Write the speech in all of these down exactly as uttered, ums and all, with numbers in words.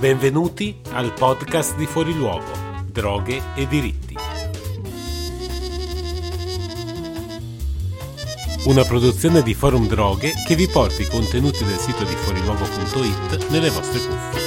Benvenuti al podcast di Fuori Luogo, Droghe e Diritti. Una produzione di Forum Droghe che vi porta i contenuti del sito di fuoriluogo punto it nelle vostre cuffie.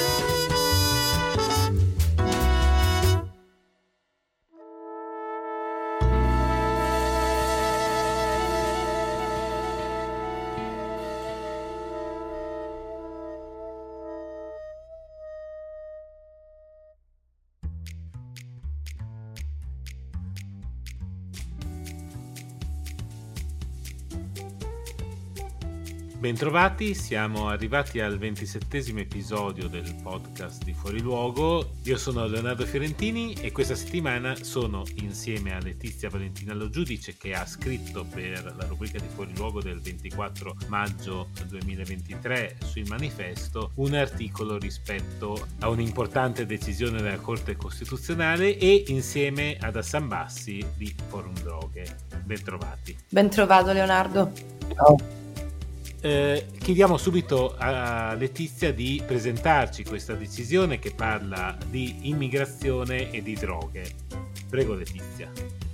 Bentrovati, siamo arrivati al ventisettesimo episodio del podcast di Fuori Luogo. Io sono Leonardo Fiorentini e questa settimana sono insieme a Letizia Valentina Lo Giudice, che ha scritto per la rubrica di Fuori Luogo del ventiquattro maggio duemilaventitré sul manifesto un articolo rispetto a un'importante decisione della Corte Costituzionale, e insieme ad Hassan Bassi di Forum Droghe. Bentrovati. Bentrovato Leonardo. Ciao. Eh, chiediamo subito a Letizia di presentarci questa decisione che parla di immigrazione e di droghe. Prego Letizia.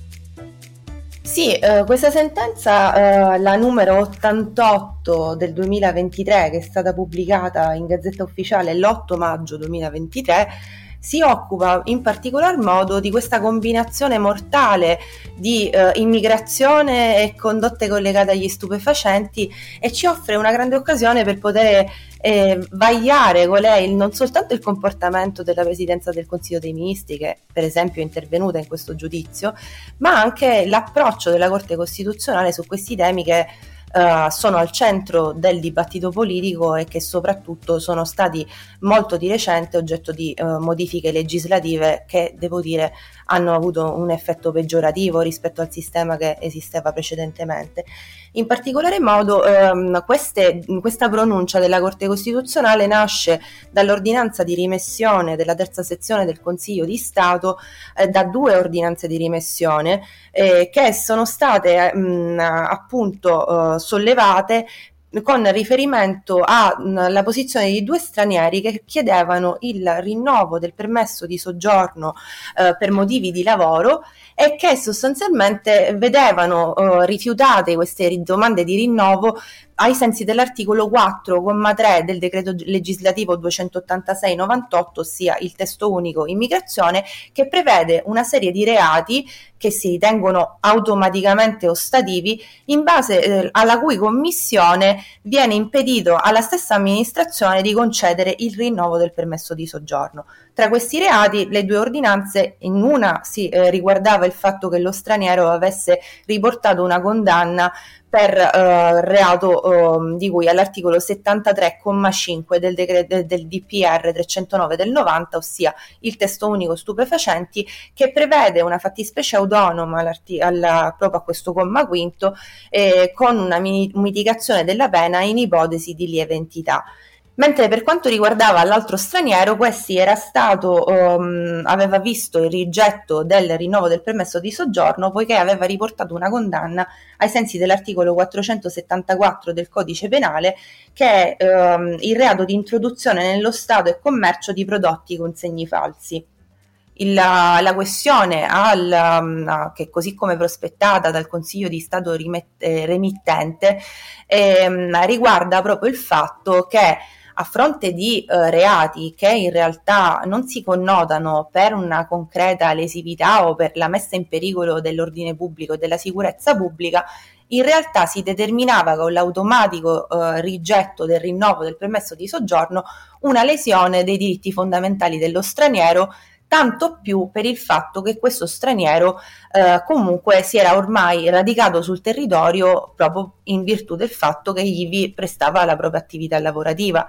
Sì, eh, questa sentenza, eh, la numero ottantotto del duemilaventitré, che è stata pubblicata in Gazzetta Ufficiale l'otto maggio duemilaventitré, si occupa in particolar modo di questa combinazione mortale di eh, immigrazione e condotte collegate agli stupefacenti, e ci offre una grande occasione per poter eh, vagliare qual è il, non soltanto il comportamento della Presidenza del Consiglio dei Ministri, che per esempio è intervenuta in questo giudizio, ma anche l'approccio della Corte Costituzionale su questi temi che Uh, sono al centro del dibattito politico e che soprattutto sono stati molto di recente oggetto di uh, modifiche legislative che, devo dire, hanno avuto un effetto peggiorativo rispetto al sistema che esisteva precedentemente. In particolare modo um, queste, questa pronuncia della Corte Costituzionale nasce dall'ordinanza di rimessione della terza sezione del Consiglio di Stato, eh, da due ordinanze di rimessione eh, che sono state mh, appunto uh, sollevate con riferimento alla posizione di due stranieri che chiedevano il rinnovo del permesso di soggiorno eh, per motivi di lavoro, e che sostanzialmente vedevano eh, rifiutate queste domande di rinnovo ai sensi dell'articolo quattro comma tre del decreto legislativo duecentottantasei novantotto, ossia il testo unico immigrazione, che prevede una serie di reati che si ritengono automaticamente ostativi, in base eh, alla cui commissione viene impedito alla stessa amministrazione di concedere il rinnovo del permesso di soggiorno. Tra questi reati, le due ordinanze, in una si eh, riguardava il fatto che lo straniero avesse riportato una condanna per eh, reato eh, di cui all'articolo settantatré comma cinque del, decreto, del D P R trecentonove del novanta, ossia il testo unico stupefacenti, che prevede una fattispecie autonoma alla, proprio a questo comma quinto, eh, con una mitigazione della pena in ipotesi di lieve entità. Mentre per quanto riguardava l'altro straniero, questi era stato, um, aveva visto il rigetto del rinnovo del permesso di soggiorno poiché aveva riportato una condanna ai sensi dell'articolo quattrocentosettantaquattro del Codice Penale, che è um, il reato di introduzione nello Stato e commercio di prodotti con segni falsi. Il, la questione al, um, che così come prospettata dal Consiglio di Stato rimette, remittente ehm, riguarda proprio il fatto che, a fronte di eh, reati che in realtà non si connotano per una concreta lesività o per la messa in pericolo dell'ordine pubblico e della sicurezza pubblica, in realtà si determinava con l'automatico eh, rigetto del rinnovo del permesso di soggiorno una lesione dei diritti fondamentali dello straniero, tanto più per il fatto che questo straniero eh, comunque si era ormai radicato sul territorio proprio in virtù del fatto che gli vi prestava la propria attività lavorativa.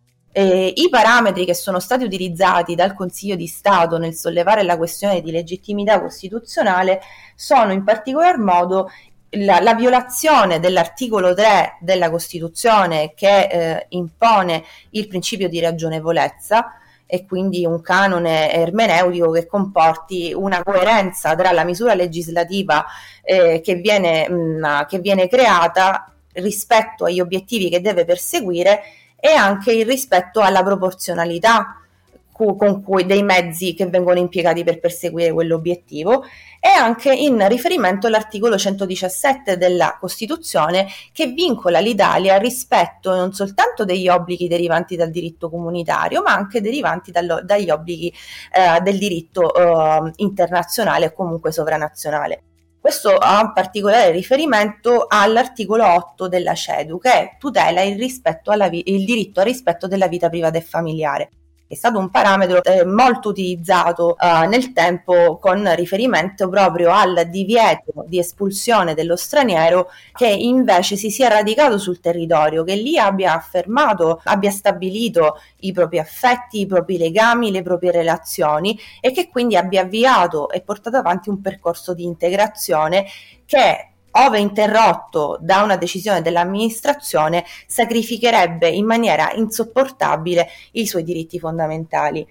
Eh, I parametri che sono stati utilizzati dal Consiglio di Stato nel sollevare la questione di legittimità costituzionale sono in particolar modo la, la violazione dell'articolo tre della Costituzione, che eh, impone il principio di ragionevolezza, e quindi un canone ermeneutico che comporti una coerenza tra la misura legislativa eh, che viene, mh, che viene creata rispetto agli obiettivi che deve perseguire, e anche il rispetto alla proporzionalità, cu- con cui, dei mezzi che vengono impiegati per perseguire quell'obiettivo, e anche in riferimento all'articolo centodiciassette della Costituzione, che vincola l'Italia al rispetto non soltanto degli obblighi derivanti dal diritto comunitario, ma anche derivanti dallo, dagli obblighi eh, del diritto eh, internazionale e comunque sovranazionale. Questo ha un particolare riferimento all'articolo otto della CEDU, che tutela il, rispetto alla vi- il diritto al rispetto della vita privata e familiare. È stato un parametro eh, molto utilizzato eh, nel tempo, con riferimento proprio al divieto di espulsione dello straniero che invece si sia radicato sul territorio, che lì abbia affermato, abbia stabilito i propri affetti, i propri legami, le proprie relazioni, e che quindi abbia avviato e portato avanti un percorso di integrazione che, ove interrotto da una decisione dell'amministrazione, sacrificherebbe in maniera insopportabile i suoi diritti fondamentali.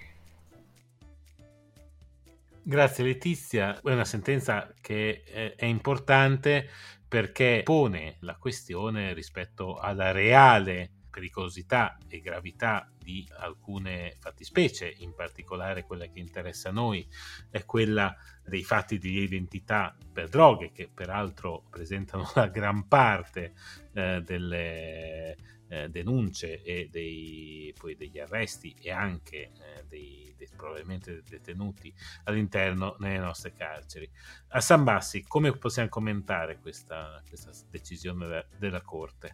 Grazie Letizia, è una sentenza che è importante perché pone la questione rispetto alla reale pericolosità e gravità di alcune fattispecie, in particolare quella che interessa a noi è quella dei fatti di identità per droghe, che peraltro presentano la gran parte eh, delle eh, denunce e dei, poi degli arresti e anche eh, dei, dei probabilmente detenuti all'interno nelle nostre carceri. A San Bassi, come possiamo commentare questa, questa decisione della, della Corte?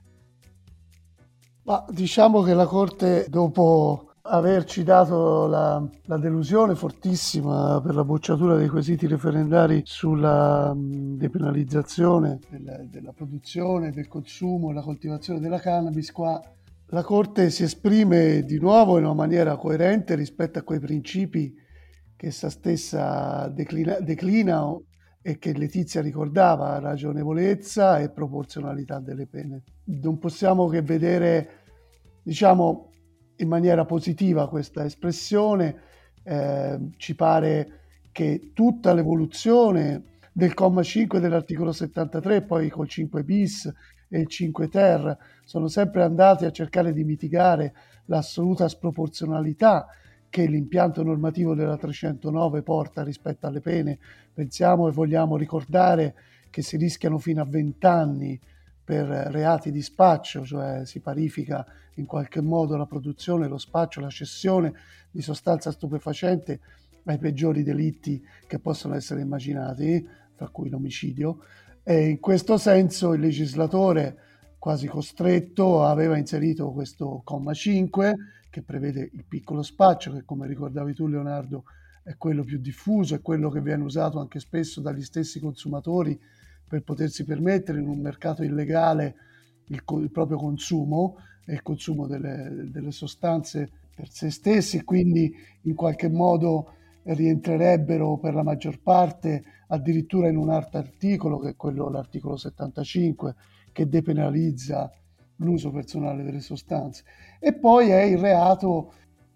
Ma diciamo che la Corte, dopo averci dato la, la delusione fortissima per la bocciatura dei quesiti referendari sulla mh, depenalizzazione della, della produzione, del consumo e la coltivazione della cannabis, qua la Corte si esprime di nuovo in una maniera coerente rispetto a quei principi che essa stessa declina, declina e che Letizia ricordava: ragionevolezza e proporzionalità delle pene. Non possiamo che vedere, diciamo, in maniera positiva questa espressione. Eh, ci pare che tutta l'evoluzione del comma cinque dell'articolo settantatré, poi col cinque bis e il cinque ter, sono sempre andati a cercare di mitigare l'assoluta sproporzionalità che l'impianto normativo della trecentonove porta rispetto alle pene. Pensiamo e vogliamo ricordare che si rischiano fino a venti anni per reati di spaccio, cioè si parifica in qualche modo la produzione, lo spaccio, la cessione di sostanza stupefacente ai peggiori delitti che possono essere immaginati, fra cui l'omicidio. E in questo senso il legislatore, quasi costretto, aveva inserito questo comma cinque che prevede il piccolo spaccio, che, come ricordavi tu Leonardo, è quello più diffuso, è quello che viene usato anche spesso dagli stessi consumatori per potersi permettere in un mercato illegale il, il proprio consumo e il consumo delle, delle sostanze per se stessi, quindi in qualche modo rientrerebbero per la maggior parte addirittura in un altro articolo, che è quello, l'articolo settantacinque, che depenalizza l'uso personale delle sostanze. E poi è il reato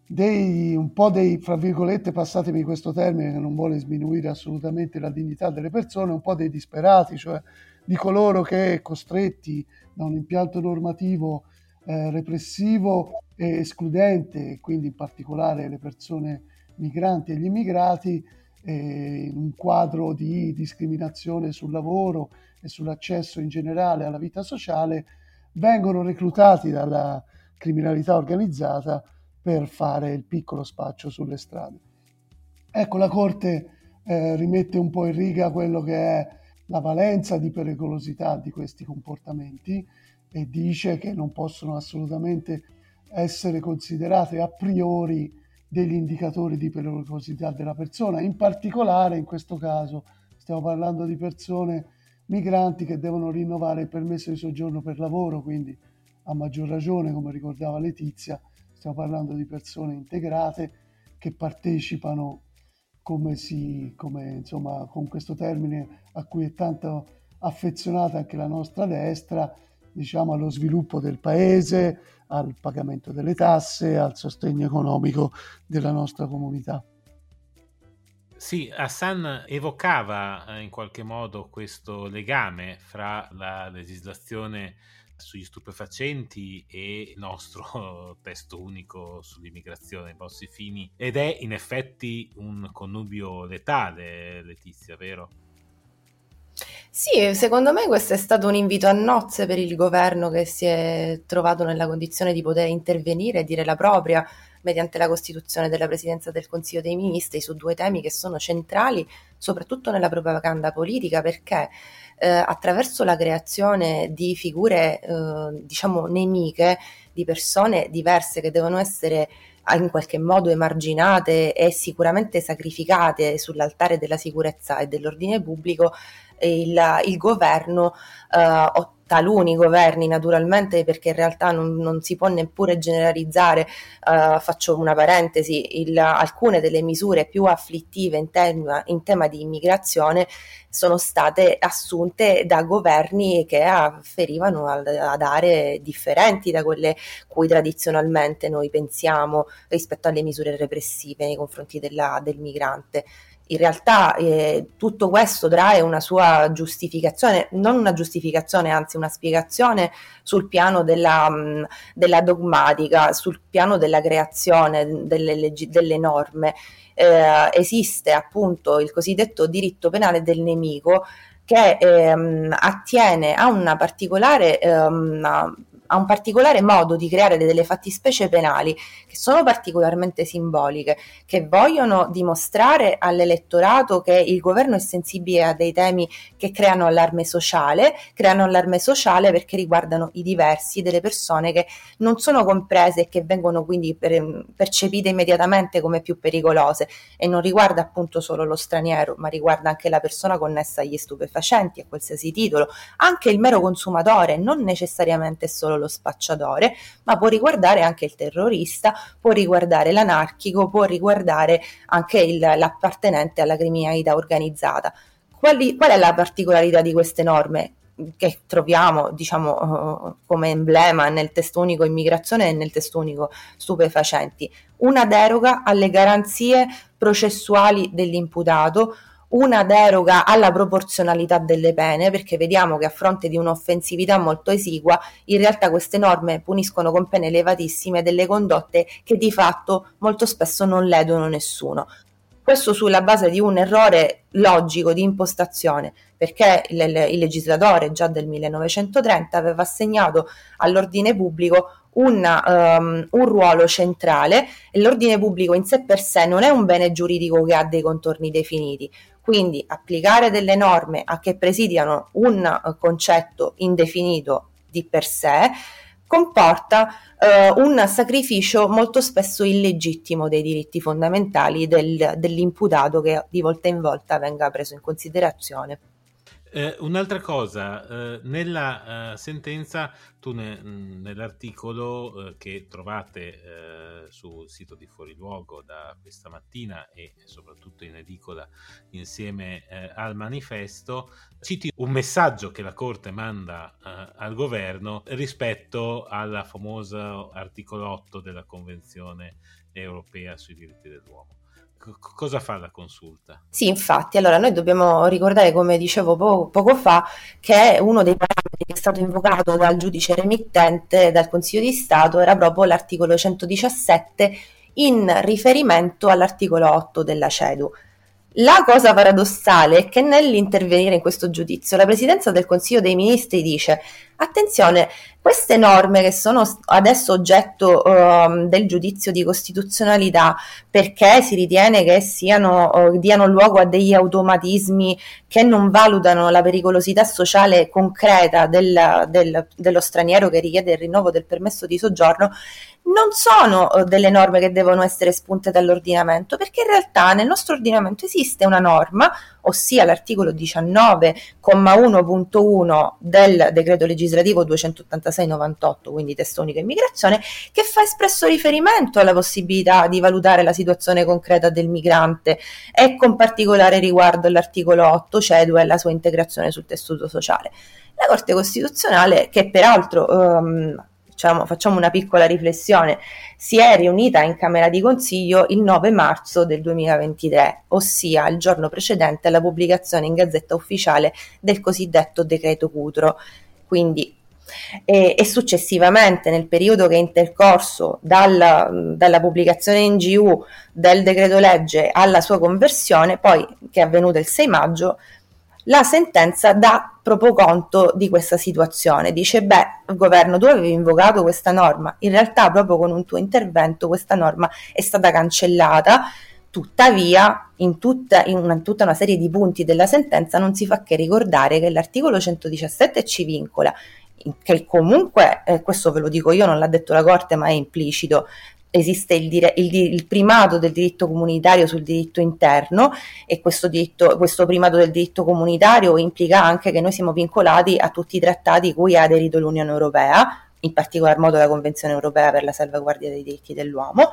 dei, un po' dei, fra virgolette, passatemi questo termine che non vuole sminuire assolutamente la dignità delle persone, un po' dei disperati, cioè di coloro che, costretti da un impianto normativo eh, repressivo e escludente, quindi in particolare le persone migranti e gli immigrati, eh, in un quadro di discriminazione sul lavoro e sull'accesso in generale alla vita sociale, vengono reclutati dalla criminalità organizzata per fare il piccolo spaccio sulle strade. Ecco, la Corte eh, rimette un po' in riga quello che è la valenza di pericolosità di questi comportamenti e dice che non possono assolutamente essere considerate a priori degli indicatori di pericolosità della persona. In particolare, in questo caso, stiamo parlando di persone migranti che devono rinnovare il permesso di soggiorno per lavoro, quindi a maggior ragione, come ricordava Letizia, stiamo parlando di persone integrate che partecipano, come si, come insomma, con questo termine a cui è tanto affezionata anche la nostra destra, diciamo, allo sviluppo del paese, al pagamento delle tasse, al sostegno economico della nostra comunità. Sì, Hassan evocava eh, in qualche modo questo legame fra la legislazione sugli stupefacenti e il nostro testo unico sull'immigrazione, Bossi-Fini, ed è in effetti un connubio letale, Letizia, vero? Sì, secondo me questo è stato un invito a nozze per il governo, che si è trovato nella condizione di poter intervenire e dire la propria mediante la costituzione della Presidenza del Consiglio dei Ministri su due temi che sono centrali soprattutto nella propaganda politica, perché eh, attraverso la creazione di figure eh, diciamo nemiche, di persone diverse che devono essere in qualche modo emarginate e sicuramente sacrificate sull'altare della sicurezza e dell'ordine pubblico, il, il governo eh, o taluni governi naturalmente, perché in realtà non, non si può neppure generalizzare, eh, faccio una parentesi, il, alcune delle misure più afflittive in tema, in tema di immigrazione sono state assunte da governi che afferivano ad, ad aree differenti da quelle cui tradizionalmente noi pensiamo rispetto alle misure repressive nei confronti della, del migrante. In realtà eh, tutto questo trae una sua giustificazione, non una giustificazione, anzi una spiegazione sul piano della, mh, della dogmatica, sul piano della creazione delle, leggi, delle norme. Eh, esiste appunto il cosiddetto diritto penale del nemico, che ehm, attiene a una particolare ehm, a un particolare modo di creare delle fattispecie penali che sono particolarmente simboliche, che vogliono dimostrare all'elettorato che il governo è sensibile a dei temi che creano allarme sociale, creano allarme sociale perché riguardano i diversi, delle persone che non sono comprese e che vengono quindi per, percepite immediatamente come più pericolose, e non riguarda appunto solo lo straniero, ma riguarda anche la persona connessa agli stupefacenti a qualsiasi titolo, anche il mero consumatore, non necessariamente solo lo spacciatore, ma può riguardare anche il terrorista, può riguardare l'anarchico, può riguardare anche il, l'appartenente alla criminalità organizzata. Quali, qual è la particolarità di queste norme che troviamo, diciamo, uh, come emblema nel testo unico immigrazione e nel testo unico stupefacenti? Una deroga alle garanzie processuali dell'imputato, una deroga alla proporzionalità delle pene, perché vediamo che a fronte di un'offensività molto esigua, in realtà queste norme puniscono con pene elevatissime delle condotte che di fatto molto spesso non ledono nessuno. Questo sulla base di un errore logico di impostazione, perché il, il legislatore già del millenovecentotrenta aveva assegnato all'ordine pubblico Un, um, un ruolo centrale, e l'ordine pubblico in sé per sé non è un bene giuridico che ha dei contorni definiti, quindi applicare delle norme a che presidiano un uh, concetto indefinito di per sé comporta uh, un sacrificio molto spesso illegittimo dei diritti fondamentali del, dell'imputato, che di volta in volta venga preso in considerazione. Eh, un'altra cosa, eh, nella eh, sentenza, tu ne, nell'articolo eh, che trovate eh, sul sito di Fuori Luogo da questa mattina e soprattutto in edicola insieme eh, al manifesto, citi un messaggio che la Corte manda eh, al governo rispetto al famoso articolo otto della Convenzione europea sui diritti dell'uomo. Cosa fa la consulta? Sì, infatti, allora noi dobbiamo ricordare, come dicevo po- poco fa, che uno dei parametri che è stato invocato dal giudice remittente, dal Consiglio di Stato, era proprio l'articolo centodiciassette in riferimento all'articolo otto della CEDU. La cosa paradossale è che nell'intervenire in questo giudizio la Presidenza del Consiglio dei Ministri dice: attenzione, queste norme che sono adesso oggetto um, del giudizio di costituzionalità, perché si ritiene che siano, uh, diano luogo a degli automatismi che non valutano la pericolosità sociale concreta del, del, dello straniero che richiede il rinnovo del permesso di soggiorno, non sono uh, delle norme che devono essere espunte dall'ordinamento, perché in realtà nel nostro ordinamento esiste una norma, ossia l'articolo diciannove, comma uno punto uno del decreto legislativo duecentottantasei novantotto, quindi testo unico immigrazione, che fa espresso riferimento alla possibilità di valutare la situazione concreta del migrante, e con particolare riguardo all'articolo otto CEDU e la sua integrazione sul tessuto sociale. La Corte Costituzionale, che peraltro um, Diciamo, facciamo una piccola riflessione, si è riunita in Camera di Consiglio il nove marzo del duemilaventitré, ossia il giorno precedente alla pubblicazione in Gazzetta Ufficiale del cosiddetto decreto Cutro. Quindi e, e successivamente nel periodo che è intercorso dalla, dalla pubblicazione in G U del decreto legge alla sua conversione, poi che è avvenuta il sei maggio, la sentenza dà proprio conto di questa situazione. Dice, beh, governo, tu avevi invocato questa norma, in realtà proprio con un tuo intervento questa norma è stata cancellata, tuttavia in tutta, in una, tutta una serie di punti della sentenza non si fa che ricordare che l'articolo centodiciassette ci vincola, che comunque, eh, questo ve lo dico io, non l'ha detto la Corte ma è implicito, esiste il, dire, il, il primato del diritto comunitario sul diritto interno, e questo, diritto, questo primato del diritto comunitario implica anche che noi siamo vincolati a tutti i trattati cui ha aderito l'Unione Europea, in particolar modo la Convenzione Europea per la salvaguardia dei diritti dell'uomo,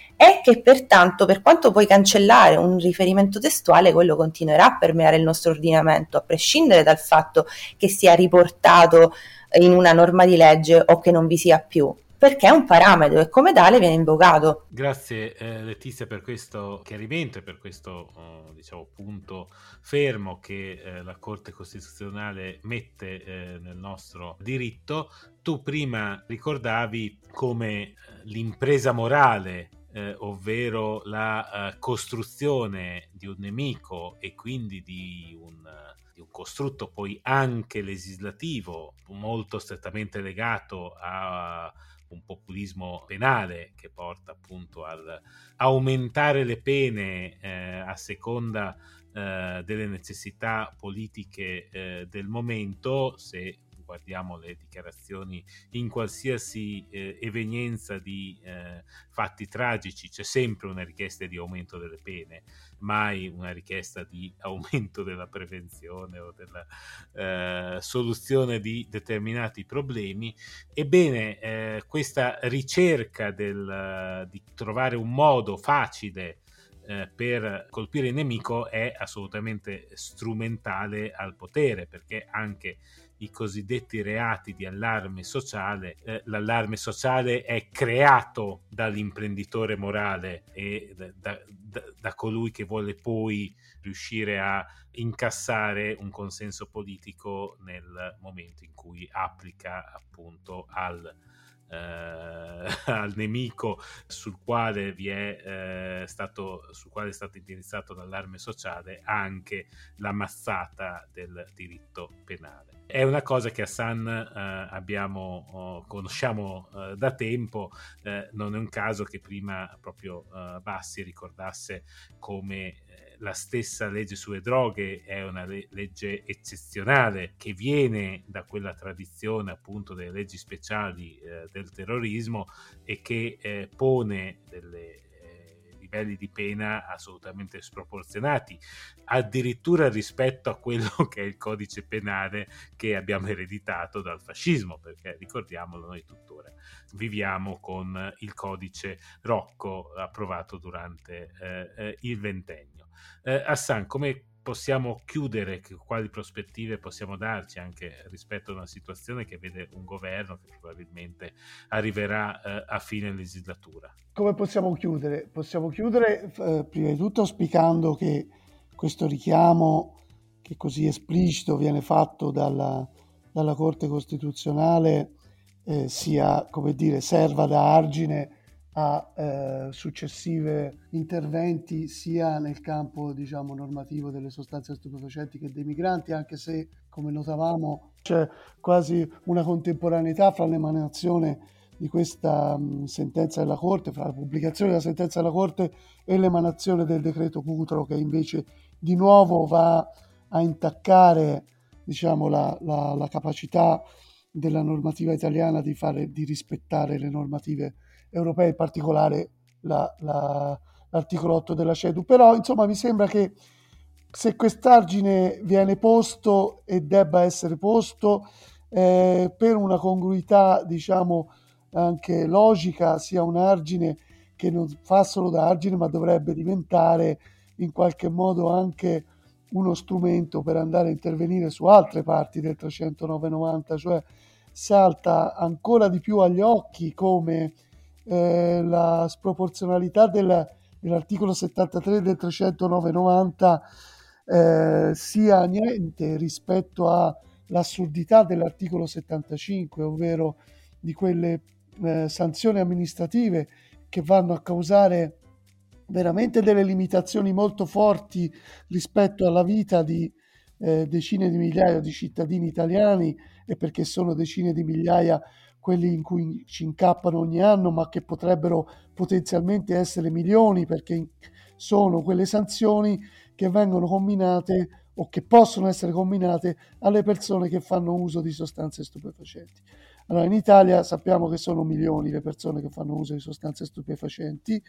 e che pertanto, per quanto puoi cancellare un riferimento testuale, quello continuerà a permeare il nostro ordinamento, a prescindere dal fatto che sia riportato in una norma di legge o che non vi sia più, perché è un parametro e come tale viene invocato. Grazie eh, Letizia per questo chiarimento e per questo oh, diciamo, punto fermo che eh, la Corte Costituzionale mette eh, nel nostro diritto. Tu prima ricordavi come eh, l'impresa morale, eh, ovvero la eh, costruzione di un nemico e quindi di un, di un costrutto poi anche legislativo molto strettamente legato a un populismo penale che porta appunto al aumentare le pene eh, a seconda eh, delle necessità politiche eh, del momento. Se guardiamo le dichiarazioni in qualsiasi eh, evenienza di eh, fatti tragici, c'è sempre una richiesta di aumento delle pene, mai una richiesta di aumento della prevenzione o della eh, soluzione di determinati problemi. Ebbene, eh, questa ricerca del, di trovare un modo facile eh, per colpire il nemico è assolutamente strumentale al potere, perché anche i cosiddetti reati di allarme sociale, eh, l'allarme sociale è creato dall'imprenditore morale e da, da, da colui che vuole poi riuscire a incassare un consenso politico nel momento in cui applica appunto al Uh, al nemico sul quale vi è uh, stato sul quale è stato indirizzato l'allarme sociale anche la mazzata del diritto penale. È una cosa che a San uh, abbiamo uh, conosciamo uh, da tempo. Uh, non è un caso che prima proprio uh, Bassi ricordasse come la stessa legge sulle droghe è una le- legge eccezionale che viene da quella tradizione appunto delle leggi speciali eh, del terrorismo e che eh, pone delle eh, livelli di pena assolutamente sproporzionati, addirittura rispetto a quello che è il codice penale che abbiamo ereditato dal fascismo, perché ricordiamolo, noi tuttora viviamo con il codice Rocco approvato durante eh, eh, il ventennio. Eh, Hassan, come possiamo chiudere, quali prospettive possiamo darci anche rispetto a una situazione che vede un governo che probabilmente arriverà eh, a fine legislatura? Come possiamo chiudere? Possiamo chiudere eh, prima di tutto auspicando che questo richiamo che così esplicito viene fatto dalla, dalla Corte Costituzionale eh, sia, come dire, serva da argine a eh, successive interventi sia nel campo, diciamo, normativo delle sostanze stupefacenti che dei migranti, anche se, come notavamo, c'è quasi una contemporaneità fra l'emanazione di questa mh, sentenza della Corte, fra la pubblicazione della sentenza della Corte e l'emanazione del decreto Cutro, che invece di nuovo va a intaccare, diciamo, la, la, la capacità della normativa italiana di fare, di rispettare le normative europee, in particolare la, la, l'articolo otto della CEDU. Però insomma mi sembra che se quest'argine viene posto e debba essere posto eh, per una congruità, diciamo, anche logica, sia un argine che non fa solo da argine ma dovrebbe diventare in qualche modo anche uno strumento per andare a intervenire su altre parti del trecentonove novanta, cioè salta ancora di più agli occhi come Eh, la sproporzionalità del, dell'articolo settantatré del trecentonove novanta eh, sia niente rispetto a l'assurdità dell'articolo settantacinque, ovvero di quelle eh, sanzioni amministrative che vanno a causare veramente delle limitazioni molto forti rispetto alla vita di eh, decine di migliaia di cittadini italiani, e perché sono decine di migliaia quelli in cui ci incappano ogni anno, ma che potrebbero potenzialmente essere milioni, perché sono quelle sanzioni che vengono combinate o che possono essere combinate alle persone che fanno uso di sostanze stupefacenti. Allora, in Italia sappiamo che sono milioni le persone che fanno uso di sostanze stupefacenti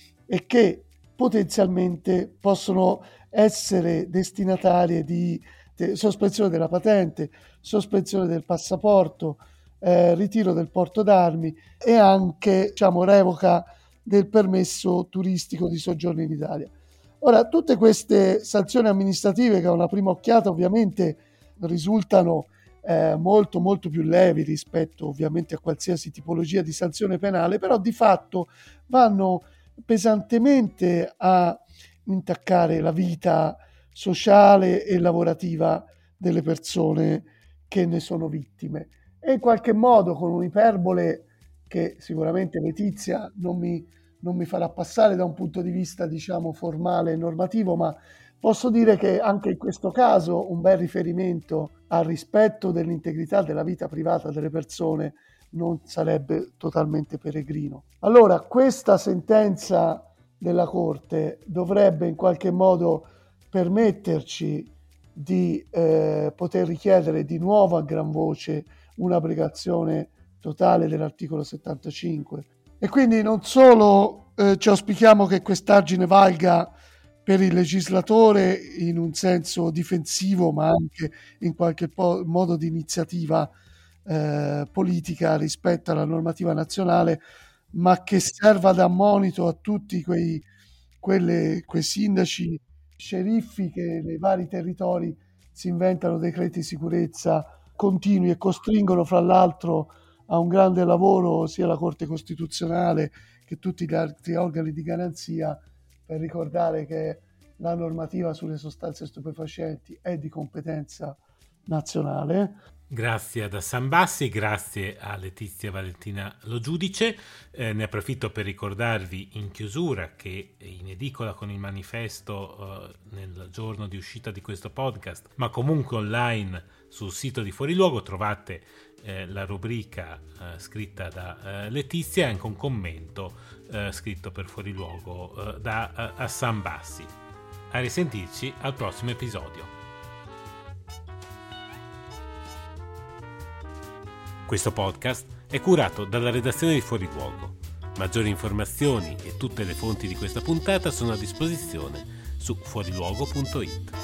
e che potenzialmente possono essere destinatarie di sospensione della patente, sospensione del passaporto, eh, ritiro del porto d'armi e anche, diciamo, revoca del permesso turistico di soggiorno in Italia. Ora, tutte queste sanzioni amministrative, che a una prima occhiata ovviamente risultano eh, molto molto più levi rispetto ovviamente a qualsiasi tipologia di sanzione penale, però di fatto vanno pesantemente a intaccare la vita sociale e lavorativa delle persone che ne sono vittime, e in qualche modo, con un'iperbole che sicuramente Letizia non mi, non mi farà passare da un punto di vista, diciamo, formale e normativo, ma posso dire che anche in questo caso un bel riferimento al rispetto dell'integrità della vita privata delle persone non sarebbe totalmente peregrino. Allora, questa sentenza della Corte dovrebbe in qualche modo permetterci di eh, poter richiedere di nuovo a gran voce un'abrogazione totale dell'articolo settantacinque, e quindi non solo eh, ci auspichiamo che quest'argine valga per il legislatore in un senso difensivo, ma anche in qualche po- modo di iniziativa eh, politica rispetto alla normativa nazionale, ma che serva da monito a tutti quei, quelle, quei sindaci, sceriffi che nei vari territori si inventano decreti di sicurezza continui e costringono fra l'altro a un grande lavoro sia la Corte Costituzionale che tutti gli altri organi di garanzia, per ricordare che la normativa sulle sostanze stupefacenti è di competenza nazionale. Grazie ad Hassan Bassi, grazie a Letizia Valentina Lo Giudice. Eh, ne approfitto per ricordarvi in chiusura che è in edicola con il manifesto eh, nel giorno di uscita di questo podcast, ma comunque online sul sito di Fuori Luogo trovate eh, la rubrica eh, scritta da eh, Letizia e anche un commento eh, scritto per Fuori Luogo eh, da eh, Hassan Bassi. A risentirci al prossimo episodio. Questo podcast è curato dalla redazione di Fuori Luogo. Maggiori informazioni e tutte le fonti di questa puntata sono a disposizione su fuoriluogo punto it.